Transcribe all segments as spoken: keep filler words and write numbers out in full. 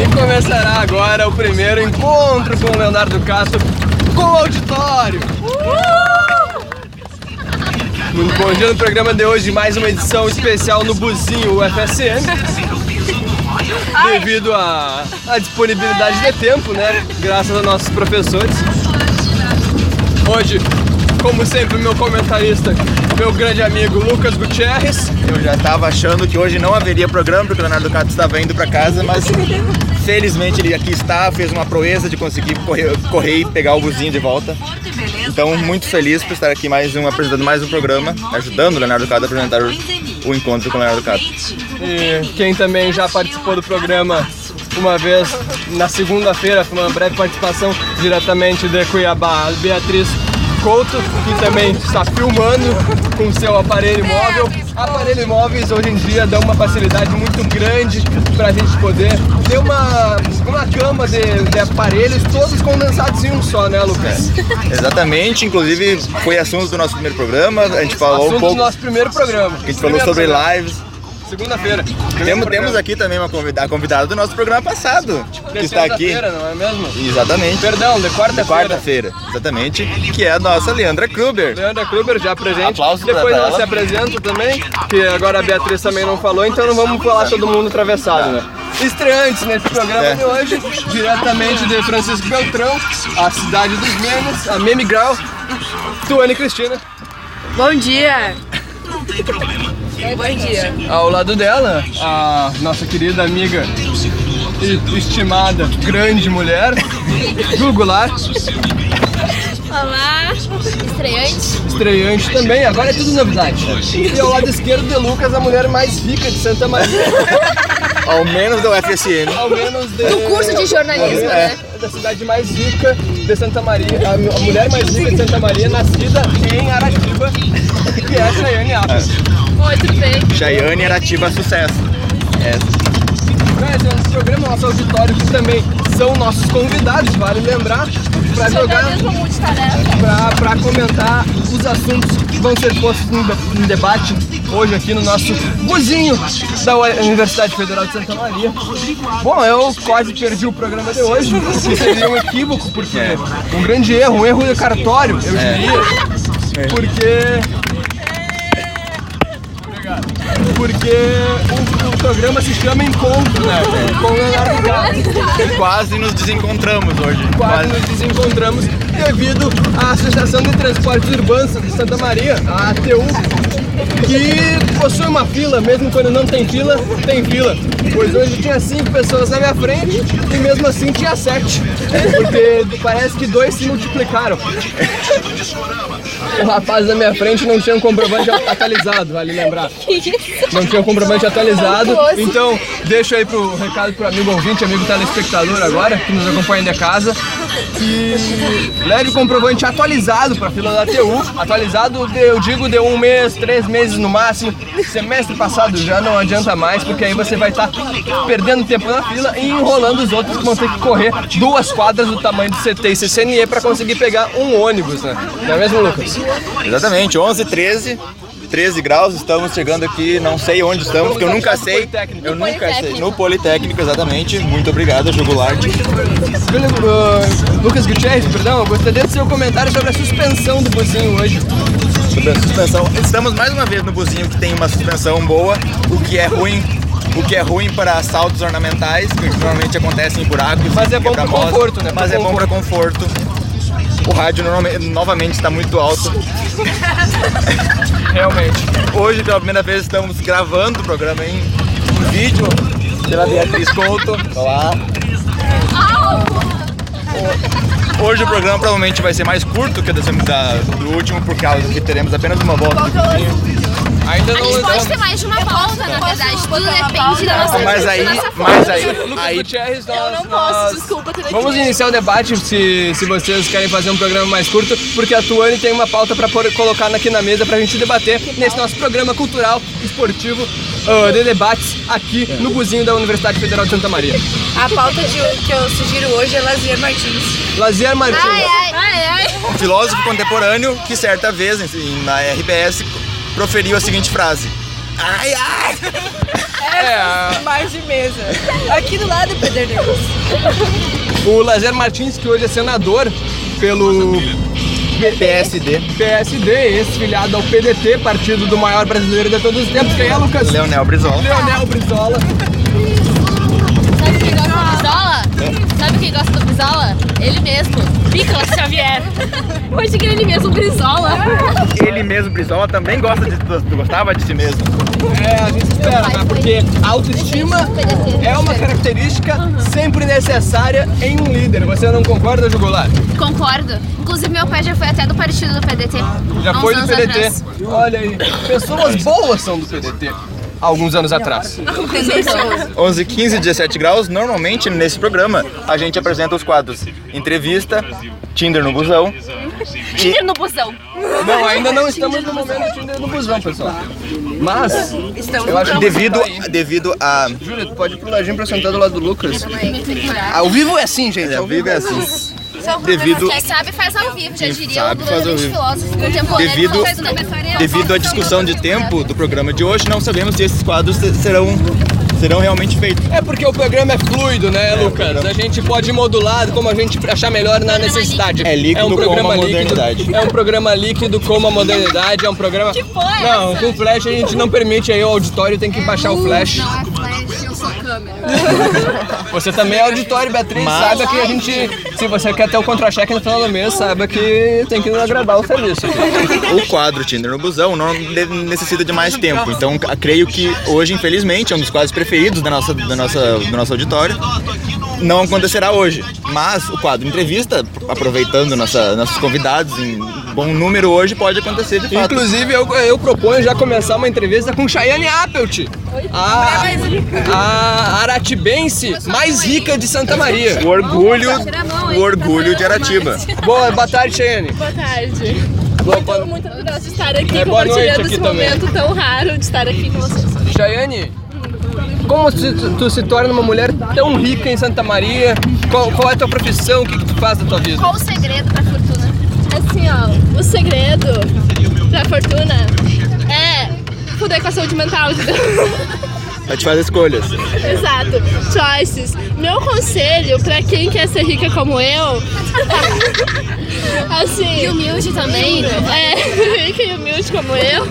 E começará agora o primeiro encontro com o Leonardo Cato com o auditório. Muito bom dia no programa de hoje, mais uma edição especial no Buzinho U F S M. Devido à disponibilidade de tempo, né? Graças a nossos professores. Hoje, como sempre, o meu comentarista, meu grande amigo Lucas Gutierrez. Eu já estava achando que hoje não haveria programa, porque o Leonardo Cato estava indo para casa, mas felizmente ele aqui está, fez uma proeza de conseguir correr, correr e pegar o buzinho de volta. Então, muito feliz por estar aqui mais um, apresentando mais um programa, ajudando o Leonardo Cato a apresentar o, o encontro com o Leonardo Cato. E quem também já participou do programa uma vez na segunda-feira, foi uma breve participação diretamente de Cuiabá, a Beatriz Couto, que também está filmando com seu aparelho móvel. Aparelhos móveis hoje em dia dão uma facilidade muito grande para a gente poder ter uma, uma gama de, de aparelhos todos condensados em um só, né, Lucas? Exatamente, inclusive foi assunto do nosso primeiro programa, a gente falou assunto um pouco do nosso primeiro programa. A gente falou sobre programa. lives. Segunda-feira. Temos, temos aqui também uma convidada, convidada do nosso programa passado, que está aqui. Não é mesmo? Exatamente. Perdão, de quarta-feira. Quarta-feira, exatamente. Que é a nossa Leandra Kruber. Leandra Kruber, já presente. Aplausos Depois ela ela se apresenta também, que agora a Beatriz também não falou, então não vamos falar todo mundo atravessado, né? Estreantes nesse programa é. de hoje, diretamente de Francisco Beltrão, a cidade dos memes, a Meme Grau, Tuane Cristina. Bom dia! Não tem problema. Bom dia. Ao lado dela, a nossa querida amiga e estimada grande mulher, Ju Goulart. Olá, estreante. Estreante também, agora é tudo novidade. E ao lado esquerdo de Lucas, a mulher mais rica de Santa Maria. Ao menos da U F S M. Ao menos de... do curso de jornalismo, é, né? Da cidade mais rica de Santa Maria, a mulher mais rica de Santa Maria, nascida em Aratiba, que é a Chayane Apos. Oi, tudo bem? Chayane Aratiba, sucesso. É. Esse é o nosso programa, nosso auditório, que também são nossos convidados, vale lembrar, para jogar, para comentar os assuntos que vão ser postos em debate hoje aqui no nosso buzinho da Universidade Federal de Santa Maria. Bom, eu quase perdi o programa de hoje, o que seria um equívoco, porque é um grande erro, um erro de cartório, eu diria, porque... Porque o, o programa se chama Encontro, né? Com o Leonardo Cato. Quase nos desencontramos hoje. Quase, Quase nos desencontramos devido à Associação de Transportes Urbanos de Santa Maria, a A T U, que possui uma fila, mesmo quando não tem fila, tem fila. Pois hoje tinha cinco pessoas na minha frente e mesmo assim tinha sete, porque parece que dois se multiplicaram. O rapaz da minha frente não tinha um comprovante atualizado, vale lembrar. Não tinha um comprovante atualizado, então deixo aí pro recado pro amigo ouvinte, amigo telespectador agora, que nos acompanha de casa, que leve o comprovante atualizado para a fila da A T U. Atualizado, eu digo, de um mês, três meses no máximo. Semestre passado já não adianta mais, porque aí você vai estar perdendo tempo na fila e enrolando os outros que vão ter que correr duas quadras do tamanho de C T e C C N E para conseguir pegar um ônibus, né? Não é mesmo, Lucas? Exatamente, onze, treze, treze graus, estamos chegando aqui, não sei onde estamos, porque eu nunca sei. Eu nunca sei. No Politécnico, exatamente. Muito obrigado, Ju Goulart. Uh, Lucas Gutierrez, perdão, eu gostaria do seu comentário sobre a suspensão do buzinho hoje. Sobre a suspensão. Estamos mais uma vez no buzinho que tem uma suspensão boa, o que é ruim. O que é ruim para saltos ornamentais, que normalmente acontecem em buracos. Mas é bom para conforto, né? Mas é bom para conforto. O rádio normalmente, novamente está muito alto. Realmente. Hoje, pela primeira vez, estamos gravando o programa em vídeo pela Beatriz Couto. Olá. Hoje o programa provavelmente vai ser mais curto que o do último, por causa que teremos apenas uma volta. Ainda não. A gente pode ter mais de uma volta, na verdade. Tudo depende da nossa. Mas aí, mas aí, aí. Gutierrez, nós, eu não nós... posso, desculpa. Vamos iniciar o debate, se, se vocês querem fazer um programa mais curto, porque a Tuane tem uma pauta para colocar aqui na mesa pra gente debater nesse nosso programa cultural, esportivo, uh, de debates aqui no buzinho da Universidade Federal de Santa Maria. A pauta de, que eu sugiro hoje é Lazier Martins. Lazier Martins. Ai, ai, ai, ai. Um filósofo contemporâneo que certa vez na R B S proferiu a seguinte frase: Ai, ai! É, a- Mais de mesa. Aqui do lado, Pederneiros. o Lazer Martins, que hoje é senador pelo P S D. P S D, ex-filiado ao P D T, partido do maior brasileiro de todos os tempos. Quem é, Lucas? Leonel Brizola. Leonel Brizola. Sabe quem gosta do Brizola? Sabe quem gosta do Brizola? Ele mesmo, Nicolas Xavier. Hoje que ele mesmo, Brizola. Ele mesmo, Brizola, também gosta de, gostava de si mesmo. É, a gente espera, né? Porque a autoestima é uma característica sempre necessária em um líder. Você não concorda, Jugular? Concordo. Inclusive, meu pai já foi até do partido do P D T. Já há uns foi do anos P D T. atrás. Olha aí, pessoas boas são do P D T. Há alguns anos atrás. onze, quinze, dezessete graus, normalmente nesse programa a gente apresenta os quadros Entrevista, Tinder no Busão. Tinder no busão. Não, ainda não estamos no momento Tinder no busão, pessoal. Mas, eu acho que Devido, tá aí. devido a... Júlia, tu pode ir pro ladinho pra sentar do lado do Lucas. Ao vivo é assim, gente. Ao vivo é assim. Devido, Quem sabe faz ao vivo, já Quem diria sabe o faz ao grande vivo. filósofo contemporâneo. devido, devido à discussão de tempo do programa de hoje, não sabemos se esses quadros serão, serão realmente feitos. É porque o programa é fluido, né, Lucas? A gente pode modular como a gente achar melhor na necessidade. É líquido um como programa a líquido, modernidade. É um programa líquido como a modernidade, é um programa... Que porra é Não, essa? com flash a gente não permite, aí o auditório tem que baixar o flash. Não é flash, eu sou câmera. Você também é auditório, Beatriz, Mas- saiba que a gente, se você quer ter o contra-cheque no final do mês, saiba que tem que agradar o serviço. O quadro Tinder no Busão não de- necessita de mais tempo, então c- creio que hoje, infelizmente, é um dos quadros preferidos da nossa, da nossa, do nosso auditório. Não acontecerá hoje, mas o quadro Entrevista, aproveitando nossa, nossos convidados em bom número hoje, pode acontecer de fato. Inclusive, eu, eu proponho já começar uma entrevista com Chayane Appelt, a, a aratibense mais rica de Santa Maria. O orgulho, o orgulho de Aratiba. Boa, boa tarde, Chayane. Boa tarde. Boa, Estou boa, muito orgulhosa de estar aqui É, boa noite compartilhando aqui esse também. momento tão raro de estar aqui com vocês. Chayane, como se, tu, tu se torna uma mulher tão rica em Santa Maria? Qual, qual é a tua profissão? O que, que tu faz da tua vida? Qual o segredo pra fortuna? Assim, ó, o segredo pra fortuna é fuder com a saúde mental, entendeu? A gente faz escolhas. Exato. Choices. Meu conselho pra quem quer ser rica como eu, assim... E humilde também, né? É, rica e humilde como eu,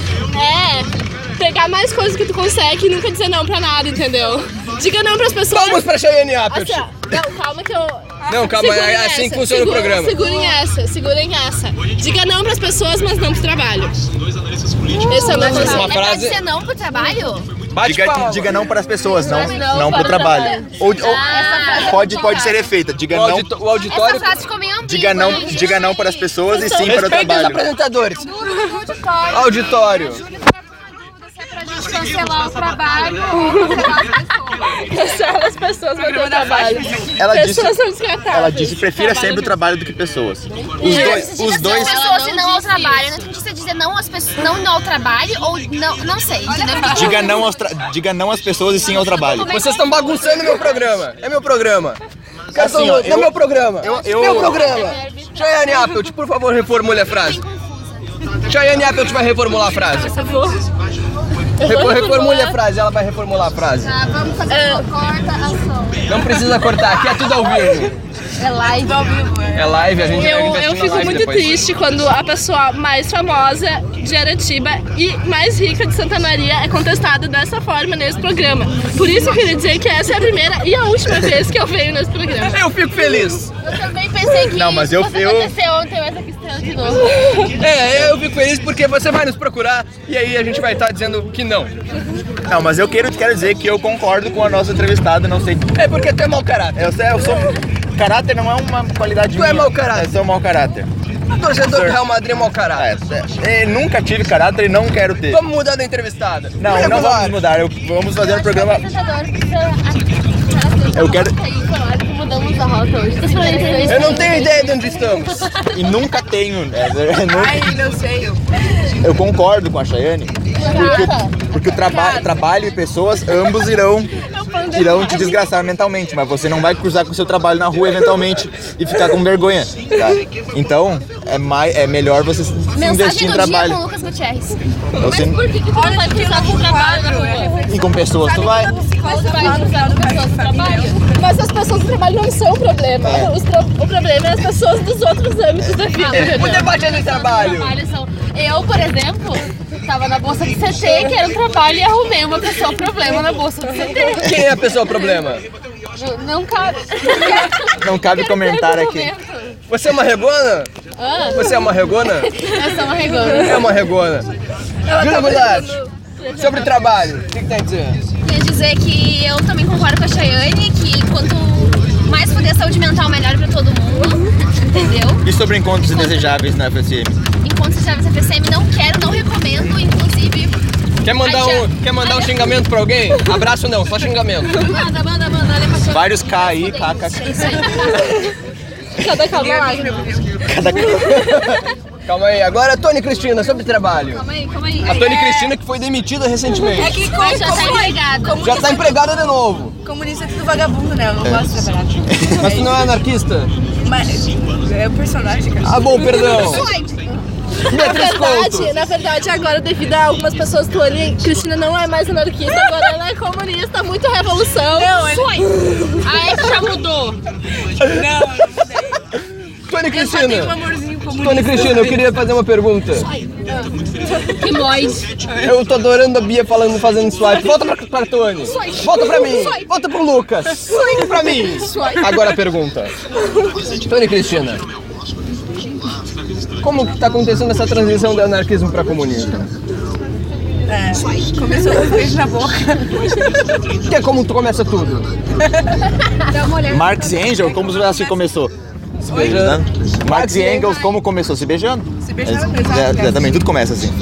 é pegar mais coisas que tu consegue e nunca dizer não pra nada, entendeu? Diga não pras pessoas... Vamos pra Chayane Appelt. Assim, ó, não, calma que eu... Não, calma, Segurem é assim essa, que funciona o segura- programa. Segurem essa, segurem essa. Diga não pras pessoas, mas não pro trabalho. Esse é o meu conselho. Uma É pra frase- dizer não pro trabalho? Bate Diga, palma. diga não para as pessoas, não, não não para o para o trabalho. trabalho. Ou, ou- Ah, pode, pode ser efeita. Diga O, não, audito- o auditório... Essa frase ficou meio ambígua. diga não, hein? diga não para as pessoas e sim para o Respeita os trabalho. apresentadores. Auditório. Auditório. Se é pra gente cancelar o trabalho ou cancelar as pessoas. Cancela as pessoas no teu trabalho. Ela disse, Pessoas são descartáveis. ela disse prefira sempre o trabalho do que pessoas. Os dois, Diga os sim dois, às pessoas e não ao trabalho. Eu não entendi se dizer não às pessoas, não ao trabalho ou não, não sei. Entendeu? diga não, aos tra- diga não às pessoas e sim ao trabalho. Vocês estão bagunçando meu programa. É meu programa. Cara, Assim, não ó, é eu- meu programa. eu- eu- Meu programa. Chayane Appelt, por favor, reformule a frase. Chayane Appelt vai reformular a frase. Por favor. Refor- Reformule a frase, ela vai reformular a frase. Tá, vamos fazer uma corta ação. Não precisa cortar, aqui é tudo ao vivo. É live. É live, a gente vai Eu, investir eu na fico live muito depois. triste quando a pessoa mais famosa de Aratiba e mais rica de Santa Maria é contestada dessa forma nesse programa. Por isso eu queria dizer que essa é a primeira e a última vez que eu venho nesse programa. Eu fico feliz. Eu também pensei que Não, mas eu- fosse eu- acontecer ontem, mas aqui está de novo. É, eu fico feliz porque você vai nos procurar e aí a gente vai estar dizendo que não. Não, mas eu quero, quero dizer que eu concordo com a nossa entrevistada, não sei. É porque tu é mau caráter. Eu, sei- eu sou. Caráter não é uma qualidade Tu minha. é mau caráter. Eu sou mau caráter. Torcedor do Real Madrid é mau caráter. É, é, nunca tive caráter e não quero ter. Vamos mudar da entrevistada. Não, não Regular. vamos mudar. Eu- vamos fazer um programa. Eu quero- Mudamos a rota hoje. Eu não tenho ideia de onde estamos. E nunca tenho. é, é, nunca- Ai, não sei. eu concordo com a Chayane. Porque, porque o traba trabalho e pessoas, ambos irão. Eu fã irão te desgraçar mentalmente, mas você não vai cruzar com o seu trabalho na rua eventualmente e ficar com vergonha, tá? Então, é, mais, é melhor você se investir em trabalho. Com o Lucas Gutierrez. Você, Por que, que tu não vai cruzar com o trabalho na rua? e com pessoas tu vai. Mas tu vai cruzar com pessoas do trabalho? Mas as pessoas do trabalho não são o problema. Os pro- o problema é as pessoas dos outros âmbitos da vida. O debate é no trabalho. Trabalho são- Eu, por exemplo, tava na bolsa do C T, que era um trabalho, e arrumei uma pessoa problema na bolsa do C T. Quem é a pessoa problema? Não cabe. Não cabe comentar aqui. Você é uma regona? Ah, Você é uma regona? eu sou uma regona. É uma regona. Júlia Goulart, sobre trabalho, o que, que tem a dizer? Queria dizer que eu também concordo com a Chayane, que quanto mais puder saúde mental, melhor pra todo mundo, entendeu? E sobre encontros indesejáveis na F S M? Enquanto você F S M, não quero, não recomendo, inclusive... Quer mandar um, quer mandar um xingamento pra alguém? Abraço não, só xingamento. Manda, manda, manda, olha pra Chayane. Vários K aí, K, K, É isso aí. Cada calma lágrima. Calma aí, agora Tony Cristina, sobre trabalho. Calma aí, calma aí. A Tony Cristina que foi demitida recentemente. É que Mas já tá como, empregada. Já tá empregada de novo. comunista é tudo vagabundo, né? Eu não gosto de trabalhar. Mas tu não é anarquista? Mas é o personagem, cara. Ah, bom, perdão. Na Beatriz Couto. verdade, na verdade, agora, devido a algumas pessoas, Tony Cristina não é mais anarquista, agora ela é comunista, muito revolução. Não, ele... A Ed já mudou. Tony Eu só tenho um Cristina. amorzinho comunista. Tony Cristina, eu queria fazer uma pergunta. Que móis. Eu tô adorando a Bia falando, fazendo swipe. Volta pra, pra Tony. Volta pra mim. Volta pro Lucas. Volta pra mim. Agora a pergunta. Tony Cristina. Como que tá acontecendo essa transição do anarquismo pra comunismo? É, começou com os beijos na boca. Que é como tu começa tudo. Marx e Engels, como assim começou? Se beijando. Marx e Engels, como começou? Se beijando. Se beijando, É, exato. é, também tudo começa assim.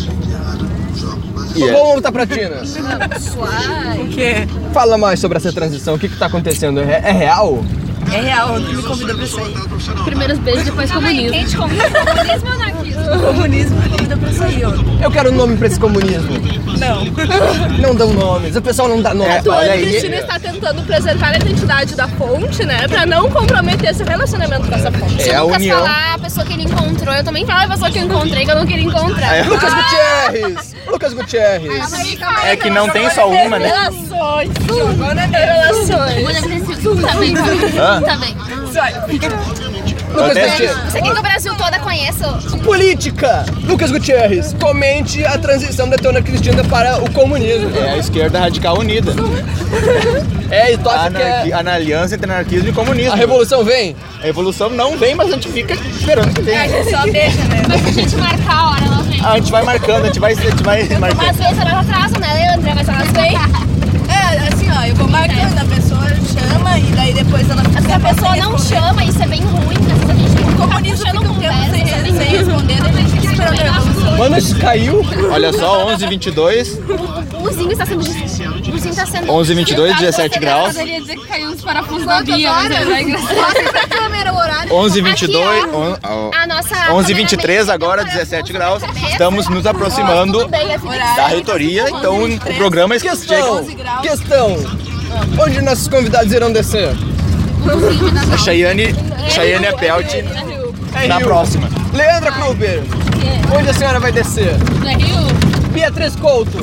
E é. Vamos voltar pra Tina. O quê? Fala mais sobre essa transição. O que que tá acontecendo? É, é real? É real, tu me convidou pra sair. Primeiros beijos, depois comunismo. Quem te convida? Comunismo ou anarquismo? O comunismo me convidou pra sair, ó. Eu quero um nome pra esse comunismo. Não. Não dão nomes. O pessoal não dá nome. É, Tony olha aí. Cristina está tentando preservar a identidade da fonte, né? Pra não comprometer esse relacionamento com essa fonte. É a Lucas união. falar a pessoa que ele encontrou, eu também falo a pessoa que eu encontrei que eu não queria encontrar. É. Lucas Gutierrez. Lucas Gutierrez. É que não tem só uma, né? Relações. Relações. Tá bem, tá bem. Hã? Tá bem. Lucas Até- Gutierrez. Você quer que o Brasil toda conheça? Política. Lucas Gutierrez. Comente a transição da Tony Cristina para o comunismo. É a esquerda radical unida. É, e tu acha que Anarqui- é... Na aliança entre anarquismo e comunismo. a revolução vem? A evolução não vem, mas a gente fica esperando que A venha. gente só deixa, né? Mas se a gente marcar a hora, ela vem. A gente vai marcando, a gente vai, a gente vai marcando. Às vezes elas atrasam, né, Leandra? Mas elas vêm. É, assim, ó, eu vou marcando, a pessoa chama e daí depois ela fica Se a pessoa sem não responder. chama, isso é bem ruim. Às vezes a gente O fica comunismo puxando fica um tempo conversa, sem, isso é bem sem ruim. responder, daí a gente fica esperando a pessoa. Mano, isso caiu? Olha só, onze e vinte e dois, O Zinho está sendo... O Zinho está sendo... onze e vinte e dois, dezessete graus. Poderia dizer que caiu os parafusos da Bia, mas é é engraçado. Mostra pra câmera o horário. onze e vinte e dois, Aqui, ó. on- ó, A nossa onze e vinte e três câmera agora, mesmo. dezessete graus. Estamos nos aproximando da reitoria, então o programa chega. Questão. Questão. Onde nossos convidados irão descer? A Chayane, Chayane Pelt na Rio. próxima. Leandra Kruber. Onde a senhora vai descer? Na Rio. Beatriz Couto.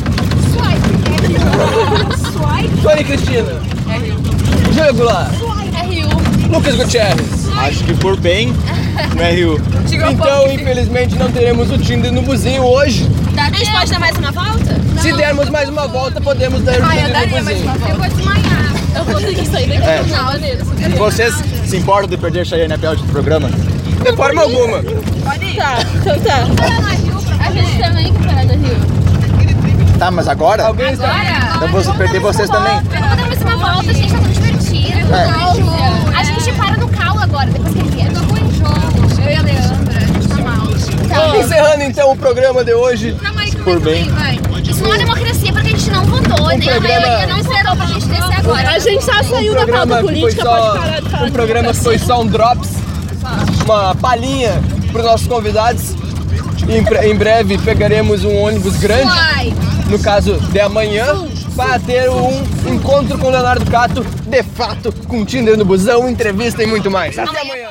Tony Cristina. Júlia Goulart. É Rio. Lucas Gutierrez. Acho que por bem no R U. Então, infelizmente, não teremos o Tinder no buzinho hoje. A gente pode dar mais uma volta? Se dermos mais uma volta, podemos dar o Ah, eu Tinder daria no mais buzinho. uma volta. Eu vou desmaiar. Eu vou ter que sair daqui É. no final dele. Vocês se importam de perder Chayane Pelt do programa? De forma alguma. Pode ir. Tá, então tá. A gente também quer parar do Rio. Tá, mas agora? Alguém está... Agora? Então vou perder vocês também. Vamos dar mais uma volta, gente, tá tudo divertido. É. A gente para no Cal agora, depois que ele vier. Eu tô com enjoo. Eu e a Leandra, a gente tá mal. Tá. Encerrando então o programa de hoje. Não, mas Por bem. vai. Isso não é democracia porque a gente não votou, nem a programa- maioria não votou pra gente descer agora. A gente já saiu Um da pauta programa que foi política, só, pode parar de falar. um programa que foi só um drops, uma palhinha para os nossos convidados. E em, bre- em breve pegaremos um ônibus grande, Vai. no caso de amanhã, para ter um encontro com o Leonardo Cato, de fato, com Tinder no busão, entrevista e muito mais. Até amanhã!